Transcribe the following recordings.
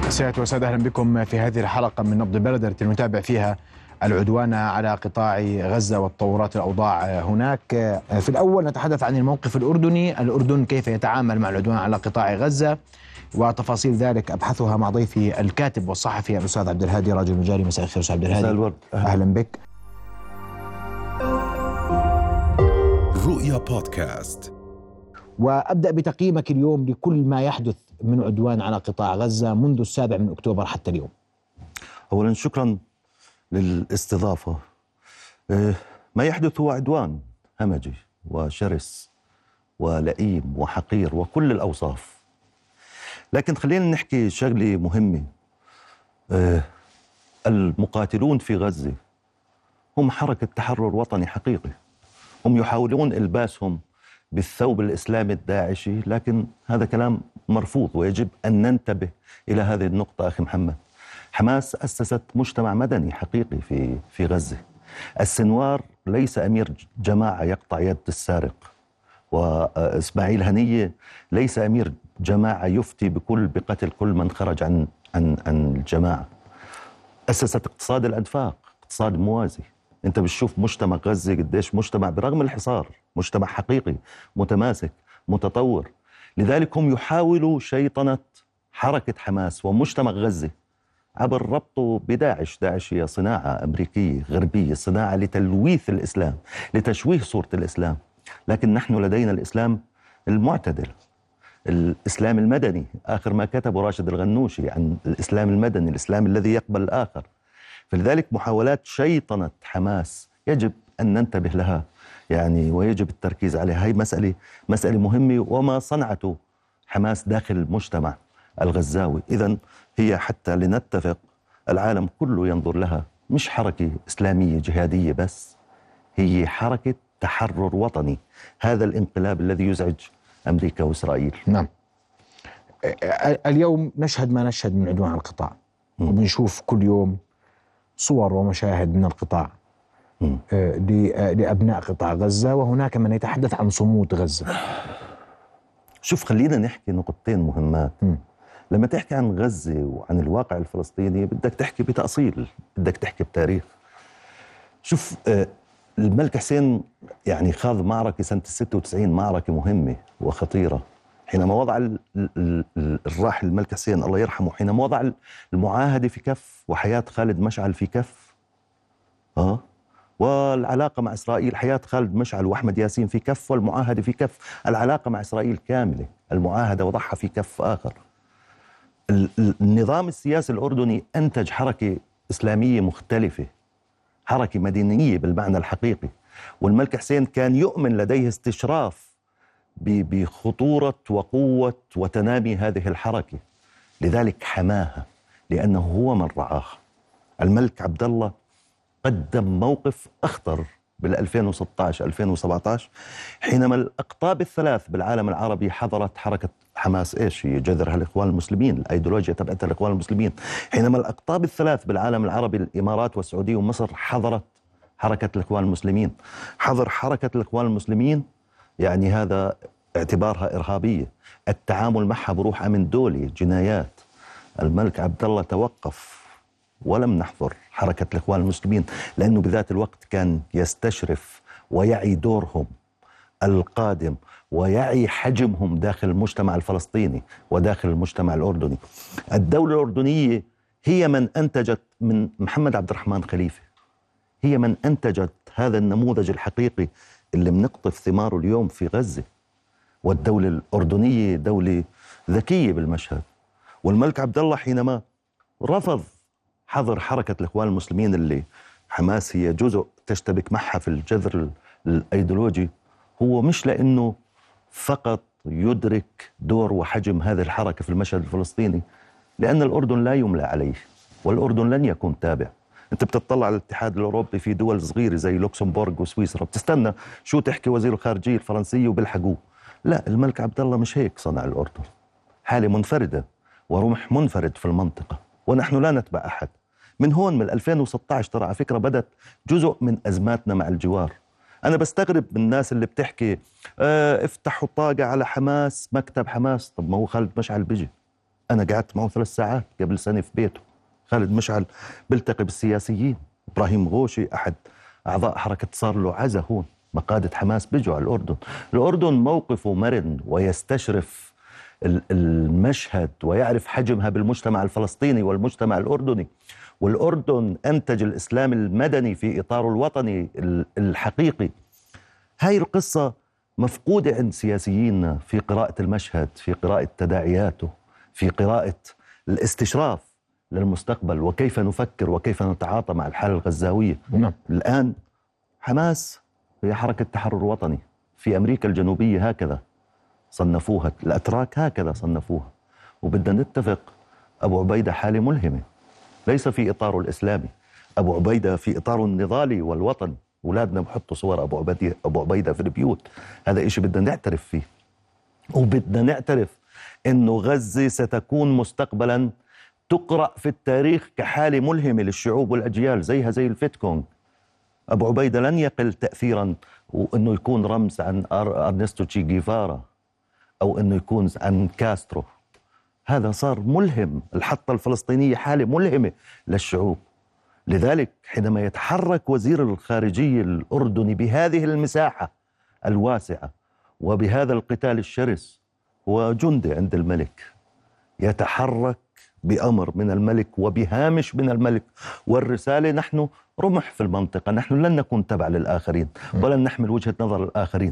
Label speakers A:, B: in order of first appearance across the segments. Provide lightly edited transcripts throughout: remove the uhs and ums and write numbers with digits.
A: سيادة وسادة، أهلا بكم في هذه الحلقة من نبض البلد التي نتابع فيها العدوان على قطاع غزة وتطورات الأوضاع هناك. في الأول نتحدث عن الموقف الأردني، الأردن كيف يتعامل مع العدوان على قطاع غزة، وتفاصيل ذلك أبحثها مع ضيفي الكاتب والصحفي الأستاذ عبد الهادي راجل مجاري. مساء الخير أستاذ عبد الهادي. أهلا بك.
B: رؤيا بودكاست.
A: وأبدأ بتقييمك اليوم لكل ما يحدث من عدوان على قطاع غزة منذ 7 أكتوبر حتى اليوم.
C: أولا شكرا للاستضافة. ما يحدث هو عدوان همجي وشرس ولئيم وحقير وكل الأوصاف، لكن خلينا نحكي شغلة مهمة. المقاتلون في غزة هم حركة تحرر وطني حقيقي، هم يحاولون إلباسهم بالثوب الإسلامي الداعشي، لكن هذا كلام مرفوض ويجب أن ننتبه إلى هذه النقطة. أخي محمد، حماس أسست مجتمع مدني حقيقي في غزة. السنوار ليس أمير جماعة يقطع يد السارق، وإسماعيل هنية ليس أمير جماعة يفتي بقتل كل من خرج عن الجماعة. أسست اقتصاد الأنفاق، اقتصاد موازي. أنت بتشوف مجتمع غزة قديش مجتمع برغم الحصار مجتمع حقيقي متماسك متطور. لذلك هم يحاولوا شيطنة حركة حماس ومجتمع غزة عبر ربطه بداعش. داعش هي صناعة أمريكية غربية، صناعة لتلويث الإسلام، لتشويه صورة الإسلام. لكن نحن لدينا الإسلام المعتدل، الإسلام المدني. آخر ما كتبه راشد الغنوشي عن الإسلام المدني، الإسلام الذي يقبل الآخر. فلذلك محاولات شيطنة حماس يجب أن ننتبه لها، يعني ويجب التركيز عليها. هي مسألة مهمة، وما صنعته حماس داخل المجتمع الغزاوي. إذن هي حتى لنتفق العالم كله ينظر لها مش حركة إسلامية جهادية بس، هي حركة تحرر وطني. هذا الانقلاب الذي يزعج أمريكا وإسرائيل.
A: نعم. اليوم نشهد ما نشهد من عدوان على القطاع، وبنشوف كل يوم صور ومشاهد من القطاع لأبناء قطاع غزة، وهناك من يتحدث عن صمود غزة.
C: شوف، خلينا نحكي نقطتين مهمات. لما تحكي عن غزة وعن الواقع الفلسطيني بدك تحكي بتأصيل، بدك تحكي بتاريخ. شوف، الملك حسين يعني خاض معركة سنة 96، معركة مهمة وخطيرة، حينما وضع الراحل الملك حسين الله يرحمه، حينما وضع المعاهدة في كف وحياة خالد مشعل في كف، والعلاقة مع إسرائيل، حياة خالد مشعل وأحمد ياسين في كف، والمعاهدة في كف. العلاقة مع إسرائيل كاملة، المعاهدة وضعها في كف آخر. النظام السياسي الأردني أنتج حركة إسلامية مختلفة، حركة مدنية بالمعنى الحقيقي. والملك حسين كان يؤمن لديه استشراف بخطورة وقوة وتنامي هذه الحركة، لذلك حماها لأنه هو من رعاها. الملك عبد الله قدم موقف أخطر بال2016-2017 حينما الأقطاب الثلاث بالعالم العربي حضرت حركة حماس. إيش هي؟ جذرها الإخوان المسلمين، الأيديولوجيا تبعتها الإخوان المسلمين. حينما الأقطاب الثلاث بالعالم العربي، الإمارات والسعودية ومصر، حضرت حركة الإخوان المسلمين. حضر حركة الإخوان المسلمين يعني هذا اعتبارها إرهابية، التعامل معها بروح أمن دولي، جنايات. الملك عبد الله توقف ولم نحضر حركة الإخوان المسلمين، لأنه بذات الوقت كان يستشرف ويعي دورهم القادم ويعي حجمهم داخل المجتمع الفلسطيني وداخل المجتمع الأردني. الدولة الأردنية هي من أنتجت من محمد عبد الرحمن خليفة، هي من أنتجت هذا النموذج الحقيقي اللي بنقطف ثماره اليوم في غزة. والدولة الأردنية دولة ذكية بالمشهد. والملك عبد الله حينما رفض حظر حركة الإخوان المسلمين اللي حماس هي جزء تشتبك معها في الجذر الأيديولوجي، هو مش لأنه فقط يدرك دور وحجم هذه الحركة في المشهد الفلسطيني، لأن الأردن لا يملى عليه، والأردن لن يكون تابع. أنت بتطلع على الاتحاد الأوروبي في دول صغيرة زي لوكسمبورغ وسويسرا، بتستنى شو تحكي وزير الخارجية الفرنسية وبيلحقوه. لا، الملك عبد الله مش هيك صنع الأردن، حالة منفردة ورمح منفرد في المنطقة، ونحن لا نتبع أحد. من هون من 2016 ترى على فكرة بدت جزء من أزماتنا مع الجوار. أنا بستغرب من الناس اللي بتحكي افتحوا طاقة على حماس، مكتب حماس. طب ما هو خالد مشعل بيجي، أنا قعدت معه 3 ساعات قبل سنة في بيته. خالد مشعل بيلتقي بالسياسيين، إبراهيم غوشي أحد أعضاء حركة صار له عزا هون، مقادة حماس بيجوا على الأردن. الأردن موقفه مرن ويستشرف المشهد ويعرف حجمها بالمجتمع الفلسطيني والمجتمع الأردني. والأردن أنتج الإسلام المدني في إطاره الوطني الحقيقي. هاي القصة مفقودة عند سياسيين في قراءة المشهد، في قراءة تداعياته، في قراءة الاستشراف للمستقبل وكيف نفكر وكيف نتعاطى مع الحالة الغزاوية. الآن حماس هي حركة تحرر وطني. في أمريكا الجنوبية هكذا صنفوها، الأتراك هكذا صنفوها. وبدنا نتفق، أبو عبيدة حالة ملهمة ليس في إطاره الإسلامي، أبو عبيدة في إطاره النضالي والوطني. أولادنا بحطوا صور أبو عبيدة في البيوت. هذا إشي بدنا نعترف فيه، وبدنا نعترف إنه غزة ستكون مستقبلا تقرأ في التاريخ كحالة ملهمة للشعوب والأجيال، زيها زي الفيتكونغ. أبو عبيدة لن يقل تأثيرا وإنه يكون رمز عن أرنستو تشي جيفارا أو إنه يكون عن كاسترو. هذا صار ملهم، الحطة الفلسطينية حالة ملهمة للشعوب. لذلك حينما يتحرك وزير الخارجية الأردني بهذه المساحة الواسعة وبهذا القتال الشرس، هو جندي عند الملك يتحرك بأمر من الملك وبهامش من الملك، والرسالة نحن رمح في المنطقة، نحن لن نكون تبع للآخرين ولن نحمل وجهة نظر الآخرين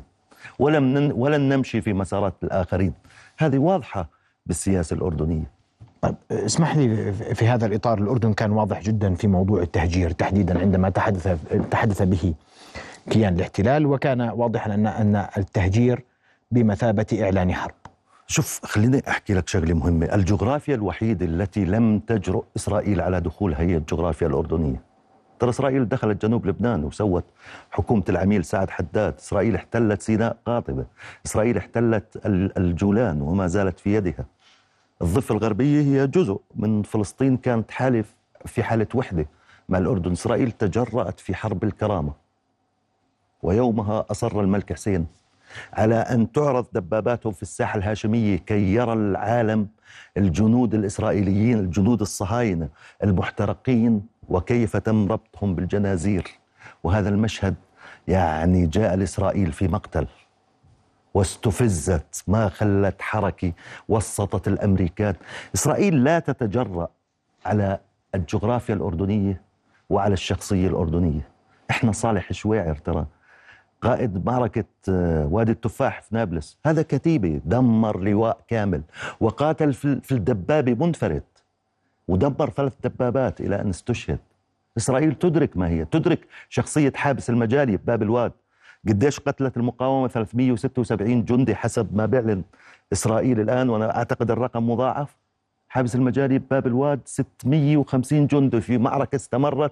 C: ولن نمشي في مسارات الآخرين. هذه واضحة بالسياسة الأردنية.
A: طيب اسمح لي، في هذا الإطار الأردن كان واضح جدا في موضوع التهجير تحديدا عندما تحدث به كيان الاحتلال، وكان واضحا أن التهجير بمثابة إعلان حرب.
C: شوف، خليني أحكي لك شغلة مهمة. الجغرافيا الوحيدة التي لم تجرؤ إسرائيل على دخولها هي الجغرافيا الأردنية. ترى إسرائيل دخلت جنوب لبنان وسوت حكومة العميل سعد حداد، إسرائيل احتلت سيناء قاطبة، إسرائيل احتلت الجولان وما زالت في يدها. الضفة الغربية هي جزء من فلسطين، كانت في حالة وحدة مع الأردن. إسرائيل تجرأت في حرب الكرامة، ويومها أصر الملك حسين على أن تعرض دباباتهم في الساحة الهاشمية كي يرى العالم الجنود الإسرائيليين، الجنود الصهاينة المحترقين، وكيف تم ربطهم بالجنازير. وهذا المشهد يعني جاء لإسرائيل في مقتل، واستفزت، ما خلت حركة، وسطت الأمريكان. إسرائيل لا تتجرأ على الجغرافيا الأردنية وعلى الشخصية الأردنية. إحنا صالح شويعر ترى قائد معركة وادي التفاح في نابلس، هذا كتيبة دمر لواء كامل وقاتل في الدبابة منفرد ودمر 3 دبابات إلى أن استشهد. إسرائيل تدرك ما هي، تدرك شخصية حابس المجالي بباب الواد. قديش قتلت المقاومة؟ 376 جندي حسب ما بيعلن إسرائيل الآن، وأنا أعتقد الرقم مضاعف. حابس المجالي بباب الواد 650 جندي في معركة استمرت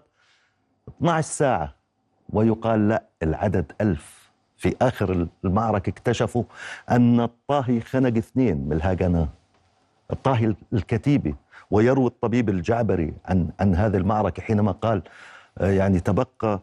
C: 12 ساعة، ويقال لا، العدد 1000. في آخر المعركة اكتشفوا أن الطاهي خنق 2 من الهاجنة، الطاهي الكتيبة. ويروي الطبيب الجعبري عن هذه المعركة حينما قال يعني تبقى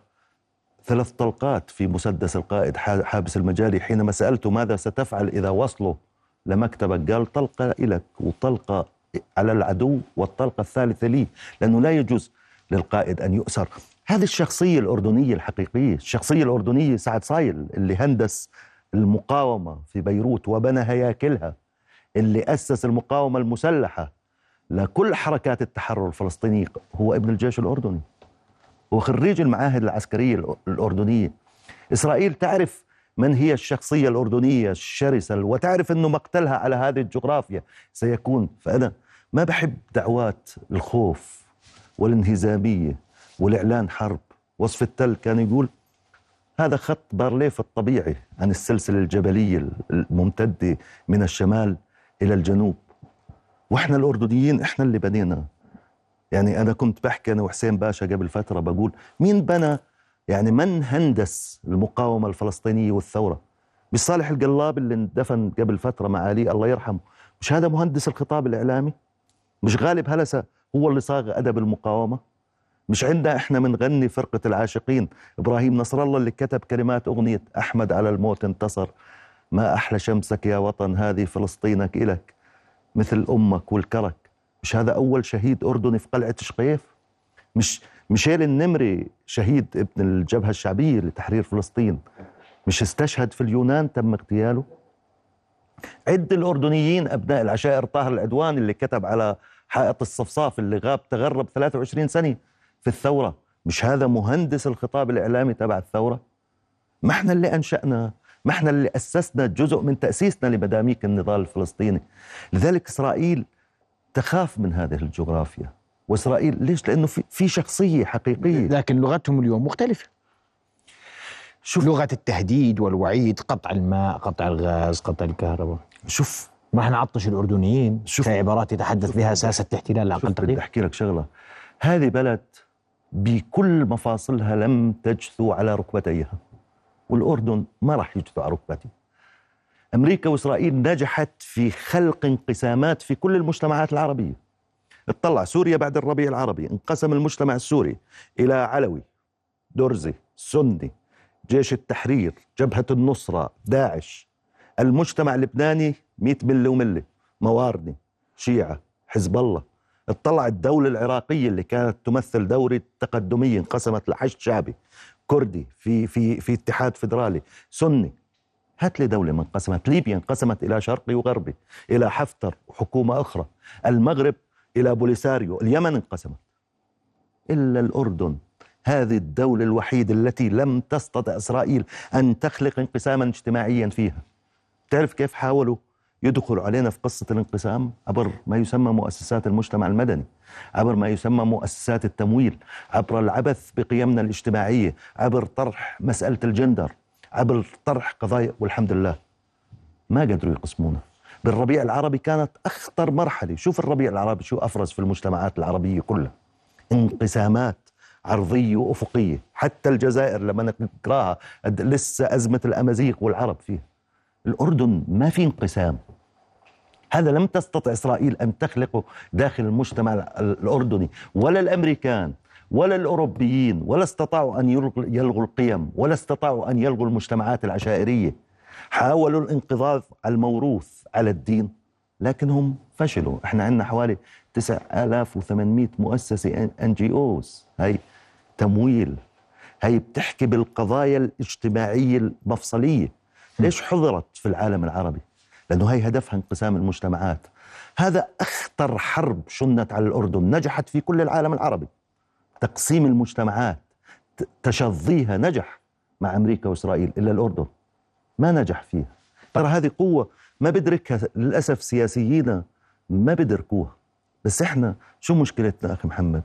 C: 3 طلقات في مسدس القائد حابس المجالي. حينما سألته ماذا ستفعل إذا وصلوا لمكتبك، قال طلقة إلك وطلقة على العدو والطلقة الثالثة لي، لأنه لا يجوز للقائد أن يؤسر. هذه الشخصية الأردنية الحقيقية، الشخصية الأردنية. سعد صايل اللي هندس المقاومة في بيروت وبنى هياكلها، اللي أسس المقاومة المسلحة لكل حركات التحرر الفلسطيني، هو ابن الجيش الأردني، هو خريج المعاهد العسكرية الأردنية. إسرائيل تعرف من هي الشخصية الأردنية الشرسة، وتعرف أنه مقتلها على هذه الجغرافيا سيكون. فأنا ما بحب دعوات الخوف والانهزامية والإعلان حرب. وصف التل كان يقول هذا خط بارليف الطبيعي عن السلسلة الجبلية الممتدة من الشمال إلى الجنوب، وإحنا الأردنيين إحنا اللي بنينا. يعني أنا كنت بحكي أنا وحسين باشا قبل فترة، بقول مين بنى، يعني من هندس المقاومة الفلسطينية والثورة؟ مش صالح القلاب اللي اندفن قبل فترة مع علي الله يرحمه؟ مش هذا مهندس الخطاب الإعلامي؟ مش غالب هلسة هو اللي صاغ أدب المقاومة؟ مش عندنا إحنا منغني فرقة العاشقين إبراهيم نصر الله اللي كتب كلمات أغنية أحمد على الموت انتصر، ما أحلى شمسك يا وطن هذه فلسطينك إلك. مثل أمك والكرك. مش هذا أول شهيد أردني في قلعة شقيف؟ مش ميشيل النمري شهيد ابن الجبهة الشعبية لتحرير فلسطين مش استشهد في اليونان تم اغتياله؟ عد الأردنيين أبناء العشائر طاهر العدوان اللي كتب على حائط الصفصاف اللي غاب تغرب 23 سنة في الثورة، مش هذا مهندس الخطاب الإعلامي تبع الثورة؟ ما احنا اللي أنشأنا، ما احنا اللي أسسنا جزء من تأسيسنا لمداميك النضال الفلسطيني. لذلك إسرائيل تخاف من هذه الجغرافيا. وإسرائيل ليش؟ لأنه في شخصية حقيقية.
A: لكن لغتهم اليوم مختلفة.
C: شوف
A: لغة التهديد والوعيد، قطع الماء، قطع الغاز، قطع الكهرباء.
C: شوف
A: ما احنا عطش الأردنيين
C: شوف
A: في عبارات يتحدث بها ساسة الاحتلال الأقل
C: بدي
A: تقدير.
C: أحكي لك شغلة. هذه بلد بكل مفاصلها لم تجثو على ركبتيها، والأردن ما راح يجثو على ركبتي. أمريكا وإسرائيل نجحت في خلق انقسامات في كل المجتمعات العربية. اطلع سوريا بعد الربيع العربي انقسم المجتمع السوري إلى علوي، درزي، سني، جيش التحرير، جبهة النصرة، داعش. المجتمع اللبناني 100 ملة وملة، مواردي، شيعة، حزب الله. اطلع الدولة العراقية اللي كانت تمثل دورة تقدمية انقسمت لحشد شعبي، كردي في اتحاد فيدرالي، سني. هات لي دولة ما انقسمت. ليبيا انقسمت إلى شرقي وغربي، إلى حفتر وحكومة أخرى. المغرب إلى بوليساريو. اليمن انقسمت. إلا الأردن، هذه الدولة الوحيدة التي لم تستطع إسرائيل أن تخلق انقساما اجتماعيا فيها. تعرف كيف حاولوا يدخلوا علينا في قصة الانقسام؟ عبر ما يسمى مؤسسات المجتمع المدني، عبر ما يسمى مؤسسات التمويل، عبر العبث بقيمنا الاجتماعية، عبر طرح مسألة الجندر، عبر طرح قضايا. والحمد لله ما قدروا يقسمونا. بالربيع العربي كانت أخطر مرحلة. شوف الربيع العربي شو أفرز في المجتمعات العربية كلها، انقسامات عرضية وأفقية. حتى الجزائر لما نقراها لسه أزمة الأمازيغ والعرب فيها. الأردن ما في انقسام. هذا لم تستطع إسرائيل أن تخلقه داخل المجتمع الأردني، ولا الأمريكان ولا الأوروبيين، ولا استطاعوا أن يلغوا القيم، ولا استطاعوا أن يلغوا المجتمعات العشائرية. حاولوا الانقضاض على الموروث، على الدين، لكنهم فشلوا. احنا عندنا حوالي 9800 مؤسسة NGOs، هاي تمويل، هاي بتحكي بالقضايا الاجتماعية المفصلية. ليش حضرت في العالم العربي؟ لأنه هاي هدفها انقسام المجتمعات. هذا أخطر حرب شنت على الأردن، نجحت في كل العالم العربي. تقسيم المجتمعات، تشظيها، نجح مع أمريكا وإسرائيل، إلا الأردن ما نجح فيها. ترى هذه قوة ما بدركها للأسف سياسيين، ما بدركوها. بس إحنا شو مشكلتنا أخي محمد؟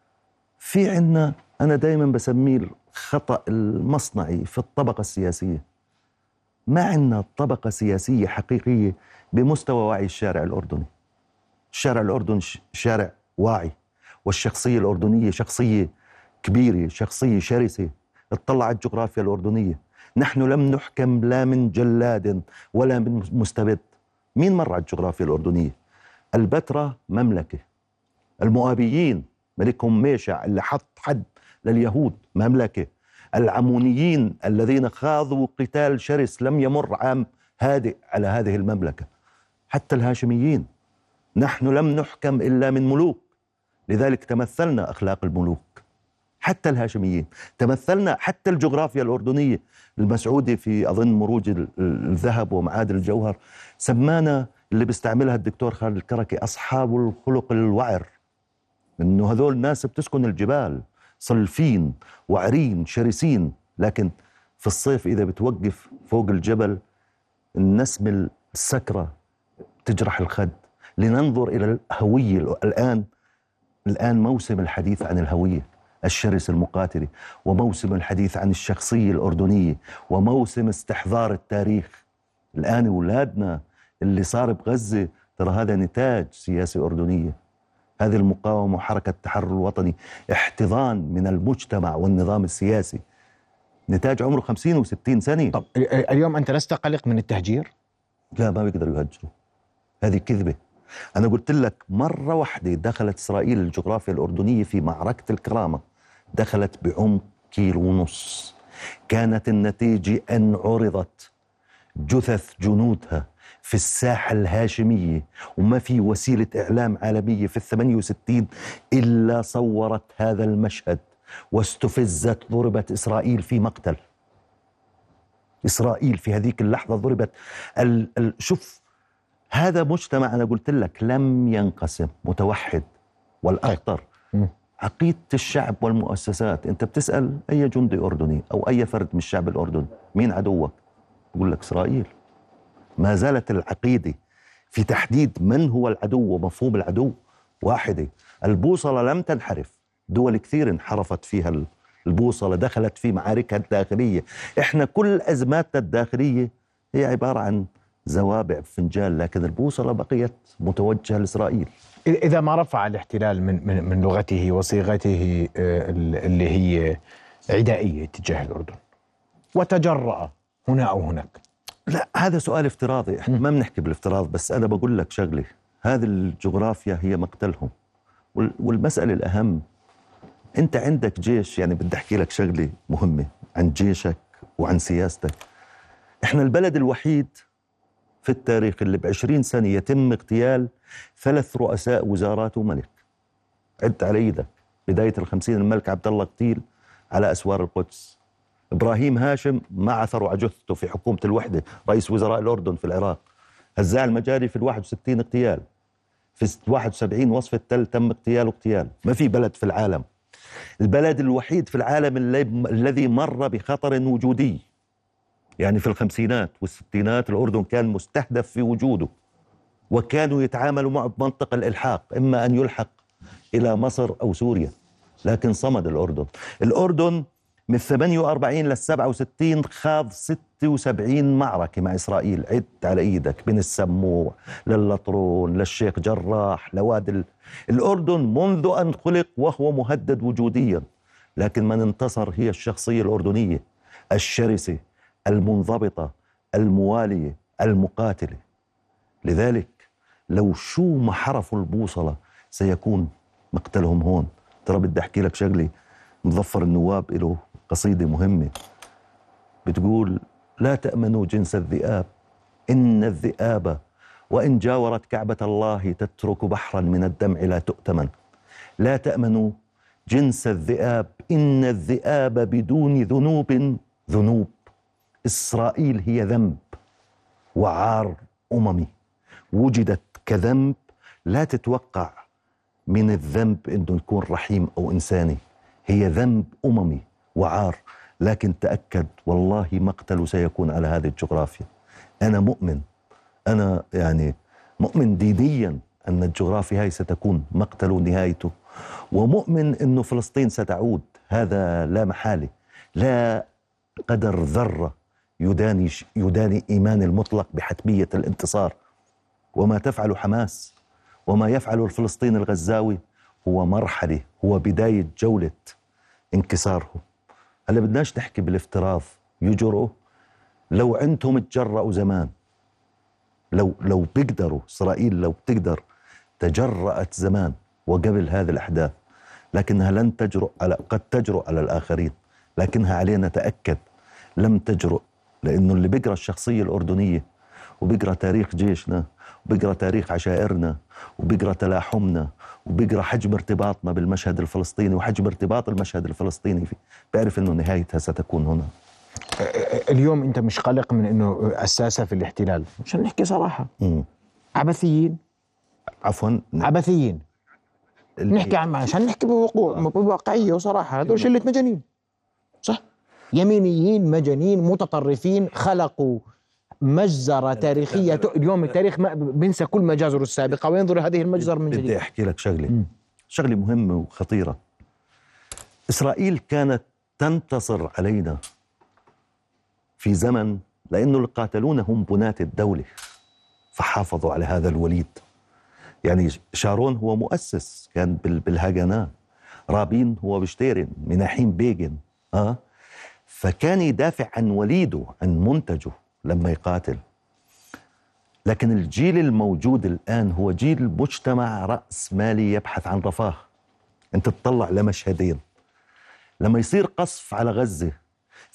C: في عنا، أنا دايما بسميه الخطأ المصنعي في الطبقة السياسية. ما عندنا طبقة سياسية حقيقية بمستوى وعي الشارع الأردني. الشارع الأردني شارع واعي، والشخصية الأردنية شخصية كبيرة، شخصية شرسة. اطلع على الجغرافيا الأردنية. نحن لم نحكم لا من جلاد ولا من مستبد. مين مر على الجغرافيا الأردنية؟ البتراء مملكة، المؤابيين ملكهم ميشع اللي حط حد لليهود مملكة، العمونيين الذين خاضوا قتال شرس لم يمر عام هادئ على هذه المملكة، حتى الهاشميين. نحن لم نحكم إلا من ملوك، لذلك تمثلنا أخلاق الملوك. حتى الهاشميين تمثلنا، حتى الجغرافيا الأردنية. المسعودي في أظن مروج الذهب ومعادن الجوهر سمانا، اللي بيستعملها الدكتور خالد الكركي، أصحاب الخلق الوعر. إنه هذول الناس بتسكن الجبال، صلفين وعرين شرسين، لكن في الصيف إذا بتوقف فوق الجبل النسمة السكرة تجرح الخد. لننظر إلى الهوية. الآن موسم الحديث عن الهوية الشرس المقاتلة، وموسم الحديث عن الشخصية الأردنية، وموسم استحضار التاريخ. الآن أولادنا اللي صار بغزة ترى هذا نتاج سياسة أردنية. هذه المقاومة وحركة التحرر الوطني احتضان من المجتمع والنظام السياسي، نتاج عمره 50 و60 سنة.
A: طب اليوم أنت لست قلق من التهجير؟
C: لا، ما بيقدروا يهجروا، هذه كذبة. أنا قلت لك مرة واحدة دخلت إسرائيل الجغرافيا الأردنية في معركة الكرامة، دخلت بعمق 1.5 كيلو. كانت النتيجة أن عرضت جثث جنودها في الساحة الهاشمية، وما في وسيلة إعلام عالمية في 68 إلا صورت هذا المشهد واستفزت، ضربت إسرائيل في مقتل. إسرائيل في هذيك اللحظة ضربت. شوف، هذا مجتمع أنا قلت لك لم ينقسم، متوحد. والأخطر عقيدة الشعب والمؤسسات. أنت بتسأل أي جندي أردني أو أي فرد من الشعب الأردني مين عدوك؟ يقول لك إسرائيل. ما زالت العقيدة في تحديد من هو العدو ومفهوم العدو واحدة. البوصلة لم تنحرف، دول كثير انحرفت فيها البوصلة، دخلت في معاركها الداخلية. إحنا كل أزماتنا الداخلية هي عبارة عن زوابع فنجان، لكن البوصلة بقيت متوجهة لإسرائيل.
A: إذا ما رفع الاحتلال من لغته وصيغته اللي هي عدائية تجاه الأردن وتجرأ هنا أو هناك،
C: لا، هذا سؤال افتراضي. احنا ما بنحكي بالافتراض، بس أنا بقول لك شغلة، هذه الجغرافيا هي مقتلهم. والمسألة الأهم، أنت عندك جيش. يعني بدي أحكي لك شغلة مهمة عن جيشك وعن سياستك. إحنا البلد الوحيد في التاريخ اللي ب20 سنة يتم اغتيال 3 رؤساء وزارات وملك. عد على ايدك. بداية ال50 الملك عبد الله قتيل على أسوار القدس. إبراهيم هاشم ما عثروا على جثته في حكومة الوحدة، رئيس وزراء الأردن في العراق. هزاع المجاري في 61 اغتيال. في 71 وصف التل تم اغتيال. ما في بلد في العالم. البلد الوحيد في العالم الذي مر بخطر وجودي. يعني في الخمسينات والستينات الأردن كان مستهدف في وجوده، وكانوا يتعاملوا معه بمنطق الإلحاق، إما أن يلحق إلى مصر أو سوريا، لكن صمد الأردن من 48 لل 67 خاض 76 معركة مع إسرائيل. عد على إيدك، من السموع للطرون للشيخ جراح لوادي الأردن منذ أن خلق وهو مهدد وجوديا، لكن من انتصر هي الشخصية الأردنية الشرسة المنضبطة الموالية المقاتلة. لذلك لو شو ما حرفوا البوصلة سيكون مقتلهم هون. ترى بدي أحكي لك شغلة، مظفر النواب له قصيدة مهمة بتقول: لا تأمنوا جنس الذئاب، إن الذئاب وإن جاورت كعبة الله تترك بحرا من الدمع لا تؤتمن. لا تأمنوا جنس الذئاب، إن الذئاب بدون ذنوب. إسرائيل هي ذنب وعار أممي وجدت كذنب. لا تتوقع من الذنب أنه يكون رحيم أو إنساني، هي ذنب أممي وعار. لكن تأكد والله مقتل سيكون على هذه الجغرافيا. أنا مؤمن، أنا يعني مؤمن دينيا أن الجغرافيا هاي ستكون مقتل نهايته، ومؤمن أنه فلسطين ستعود، هذا لا محالة. لا قدر ذرة يداني إيمان المطلق بحتمية الانتصار. وما تفعل حماس وما يفعل الفلسطيني الغزاوي هو مرحلة، هو بداية جولة انكسارهم. هلا بدناش نحكي بالافتراض، يجرؤوا. لو عندهم تجرؤوا زمان، لو بيقدروا، إسرائيل لو بتقدر تجرأت زمان وقبل هذه الأحداث، لكنها لن تجرؤ قد تجرؤ على الآخرين، لكنها علينا تأكد لم تجرؤ. لأنه اللي بيقرأ الشخصية الأردنية وبيقرأ تاريخ جيشنا وبيقرأ تاريخ عشائرنا وبيقرأ تلاحمنا وبيقرأ حجم ارتباطنا بالمشهد الفلسطيني وحجم ارتباط المشهد الفلسطيني فيه، بيعرف أنه نهايتها ستكون هنا.
A: اليوم أنت مش قلق من أنه الساسة في الاحتلال، عشان نحكي صراحة، عبثيين،
C: عفوا
A: عبثيين، نحكي عشان نحكي بواقعية وصراحة، هذول شلة مجانين، صح؟ يمينيين مجانين متطرفين، خلقوا مجزرة تاريخية. اليوم التاريخ ما بينسى كل مجازره السابقة وينظر هذه المجزرة من جديد.
C: بدي أحكي لك شغلة مهمة وخطيرة. إسرائيل كانت تنتصر علينا في زمن، لأنه اللي قاتلونا هم بناة الدولة فحافظوا على هذا الوليد. يعني شارون هو مؤسس، كان بالهاجانا. رابين هو بشتيرن، مناحيم بيجن، فكان يدافع عن وليده، عن منتجه لما يقاتل. لكن الجيل الموجود الآن هو جيل مجتمع رأس مالي يبحث عن رفاه. أنت تطلع لمشهدين: لما يصير قصف على غزة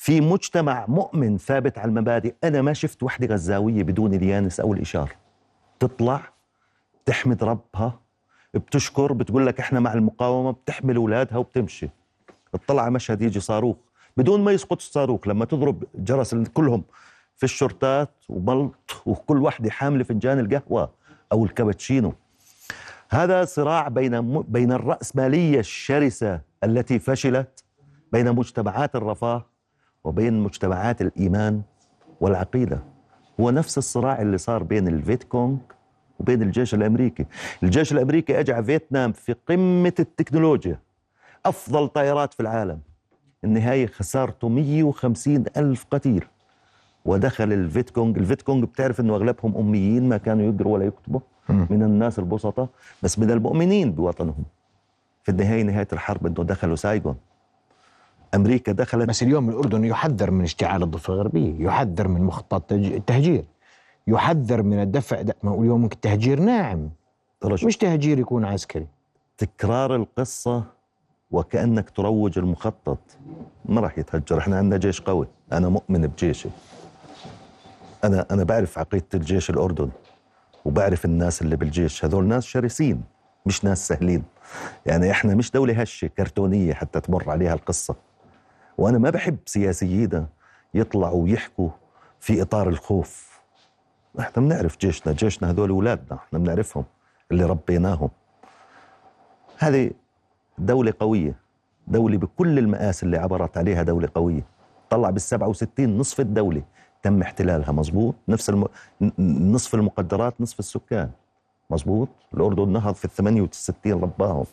C: في مجتمع مؤمن ثابت على المبادئ. أنا ما شفت وحدة غزاوية بدون اليانس أو الإشار، تطلع تحمد ربها، بتشكر، بتقول لك إحنا مع المقاومة، بتحمل أولادها وبتمشي. اطلع مشهد يجي صاروخ بدون ما يسقط الصاروخ، لما تضرب جرس كلهم في الشرطات وملط، وكل واحدة حاملة فنجان القهوة أو الكابتشينو. هذا صراع بين الرأسمالية الشرسة التي فشلت، بين مجتمعات الرفاه وبين مجتمعات الإيمان والعقيدة. هو نفس الصراع اللي صار بين الفيت كونغ وبين الجيش الأمريكي. الجيش الأمريكي أجى على فيتنام في قمة التكنولوجيا، أفضل طائرات في العالم، النهاية خسارته 150 ألف قتيل. ودخل الفيت كونغ بتعرف أنه أغلبهم أميين، ما كانوا يقروا ولا يكتبوا، من الناس البسطة بس من المؤمنين بوطنهم. في النهاية نهاية الحرب أنه دخلوا سايغون. أمريكا دخلت.
A: بس اليوم الأردن يحذر من اشتعال الضفة الغربية، يحذر من مخطط التهجير، يحذر من الدفع. اليوم التهجير ناعم، مش تهجير يكون عسكري.
C: تكرار القصة وكأنك تروج المخطط. ما راح يتهجر، احنا عندنا جيش قوي، أنا مؤمن بجيشي، أنا بعرف عقيدة الجيش الأردن، وبعرف الناس اللي بالجيش، هذول ناس شرسين مش ناس سهلين. يعني احنا مش دولة هشة كرتونية حتى تمر عليها القصة. وأنا ما بحب سياسيين يطلعوا ويحكوا في إطار الخوف. احنا بنعرف جيشنا هذول أولادنا، احنا بنعرفهم اللي ربيناهم. هذه دولة قوية، دولة بكل المآسي اللي عبرت عليها، دولة قوية. طلع بال67 نصف الدولة تم احتلالها، مزبوط. نصف المقدرات، نصف السكان، مزبوط. الأردن نهض في 68 رباهم.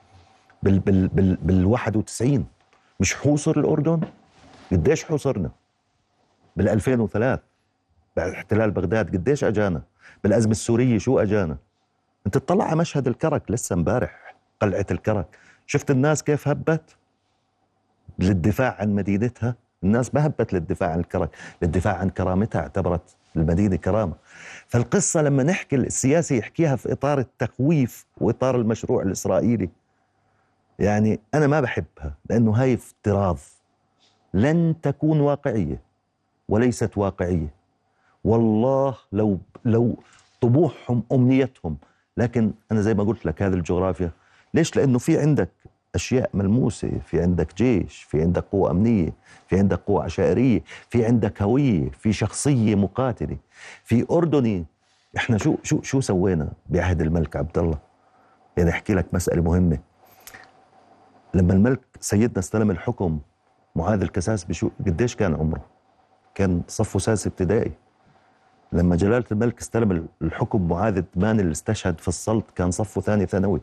C: بال91 مش حوصر الأردن؟ قديش حوصرنا؟ بال2003 بعد احتلال بغداد قديش أجانا؟ بالأزمة السورية شو أجانا؟ انت تطلع على مشهد الكرك لسه امبارح، قلعة الكرك، شفت الناس كيف هبت للدفاع عن مدينتها؟ الناس ما هبت للدفاع عن الكرك، للدفاع عن كرامتها، اعتبرت المدينة كرامة. فالقصة لما نحكي السياسي يحكيها في إطار التخويف وإطار المشروع الإسرائيلي، يعني أنا ما بحبها، لأنه هاي افتراض، لن تكون واقعية وليست واقعية. والله لو طموحهم أمنيتهم، لكن أنا زي ما قلت لك هذه الجغرافيا. ليش؟ لأنه في عندك أشياء ملموسة، في عندك جيش، في عندك قوة أمنية، في عندك قوة عشائرية، في عندك هوية، في شخصية مقاتلة، في أردني. إحنا شو سوينا بعهد الملك عبد الله؟ يعني أحكي لك مسألة مهمة. لما الملك سيدنا استلم الحكم، معاذ الكساس قديش كان عمره؟ كان صفه سادس ابتدائي. لما جلالة الملك استلم الحكم، معاذ الدماني اللي استشهد في السلط كان صفه ثاني ثانوي.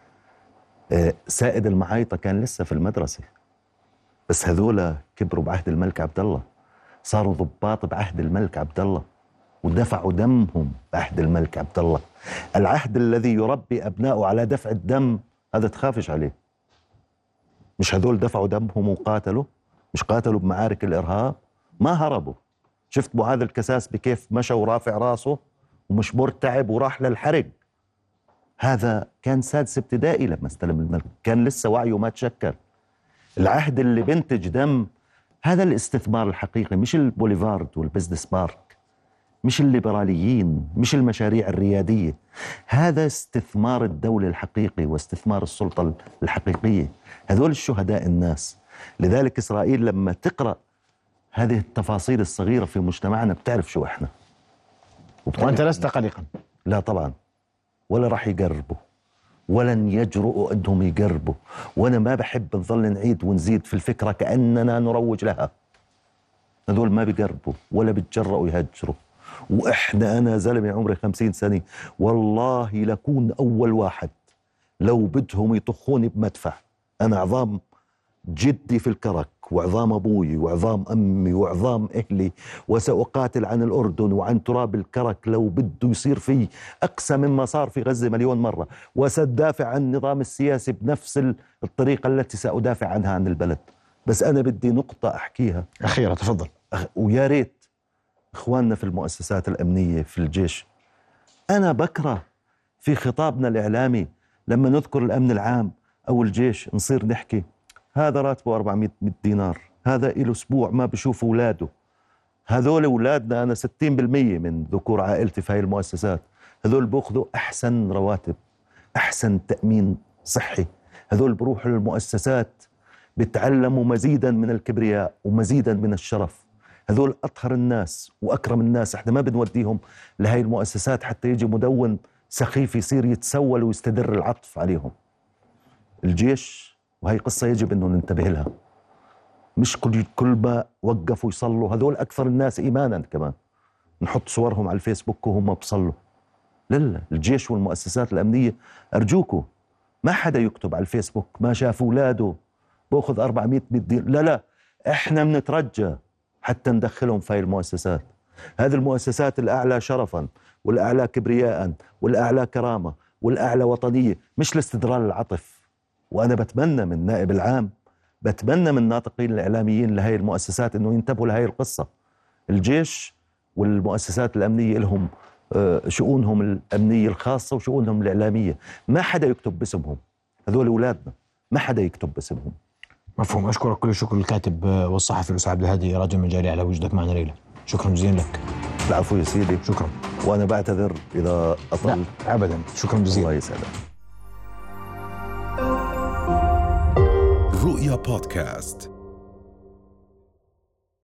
C: سائد المعايطة كان لسه في المدرسة. بس هذولا كبروا بعهد الملك عبد الله، صاروا ضباط بعهد الملك عبد الله، ودفعوا دمهم بعهد الملك عبد الله. العهد الذي يربي أبنائه على دفع الدم، هذا تخافش عليه. مش هذول دفعوا دمهم وقاتلوا؟ مش قاتلوا بمعارك الإرهاب؟ ما هربوا. شفت معاذ الكساس بكيف مشى ورافع راسه ومش مرتعب وراح للحرق. هذا كان سادس ابتدائي لما استلم الملك، كان لسه وعيه ما تشكل. العهد اللي بنتج دم، هذا الاستثمار الحقيقي، مش البوليفارد والبزنس بارك، مش الليبراليين، مش المشاريع الريادية. هذا استثمار الدولة الحقيقي واستثمار السلطة الحقيقية. هذول الشهداء الناس. لذلك إسرائيل لما تقرأ هذه التفاصيل الصغيرة في مجتمعنا بتعرف شو إحنا.
A: وأنت لست قلقا؟
C: لا طبعا، ولا راح يقربوا، ولن يجرؤوا أنهم يقربوا. وأنا ما بحب نظل نعيد ونزيد في الفكرة كأننا نروج لها. هذول ما بيقربوا ولا بيتجرؤوا يهجروا. وإحنا، أنا زلمة عمري 50 سنة، والله لكون أول واحد لو بدهم يطخوني بمدفع. أنا عظام جدي في الكرك، وعظام أبوي، وعظام أمي، وعظام أهلي، وسأقاتل عن الأردن وعن تراب الكرك لو بده يصير فيه أقسى مما صار في غزة مليون مرة. وسأدافع عن النظام السياسي بنفس الطريقة التي سأدافع عنها عن البلد. بس أنا بدي نقطة أحكيها
A: أخيرة، تفضل.
C: ويا ريت إخواننا في المؤسسات الأمنية، في الجيش، أنا بكره في خطابنا الإعلامي لما نذكر الأمن العام أو الجيش نصير نحكي هذا راتبه 400 دينار، هذا له أسبوع ما بشوف أولاده. هذول أولادنا، أنا 60% من ذكور عائلتي في هاي المؤسسات، هذول بأخذوا أحسن رواتب، أحسن تأمين صحي. هذول بروحوا للمؤسسات بيتعلموا مزيدا من الكبرياء ومزيدا من الشرف. هذول أطهر الناس وأكرم الناس. احنا ما بنوديهم لهي المؤسسات حتى يجي مدون سخيف يصير يتسول ويستدر العطف عليهم. الجيش، وهي قصة يجب أنه ننتبه لها، مش كل ما وقفوا يصلوا، هذول أكثر الناس إيمانا كمان، نحط صورهم على الفيسبوك وهم بصلوا. لا، الجيش والمؤسسات الأمنية أرجوكوا ما حدا يكتب على الفيسبوك ما شاف أولاده بأخذ 400 دينار. لا، إحنا بنترجى حتى ندخلهم في هاي المؤسسات. هذه المؤسسات الأعلى شرفا والأعلى كبرياء والأعلى كرامة والأعلى وطنية، مش لاستدلال العطف. وأنا بتمنى من نائب العام، بتمنى من الناطقين الإعلاميين لهي المؤسسات أنه ينتبهوا لهي القصة. الجيش والمؤسسات الأمنية لهم شؤونهم الأمنية الخاصة وشؤونهم الإعلامية، ما حدا يكتب باسمهم. هذول أولادنا، ما حدا يكتب باسمهم.
A: مفهوم. أشكرك كل الشكر الكاتب والصحفي الأستاذ عبد الهادي رجل مجالي على وجودك معنا ليلة. شكرا جزيلا لك.
C: العفو يا سيدي.
A: شكرا.
C: وأنا بعتذر إذا أطلت.
A: لا أبدا، شكرا جزيلا.
C: الله يسعدك.
B: رؤيا بودكاست.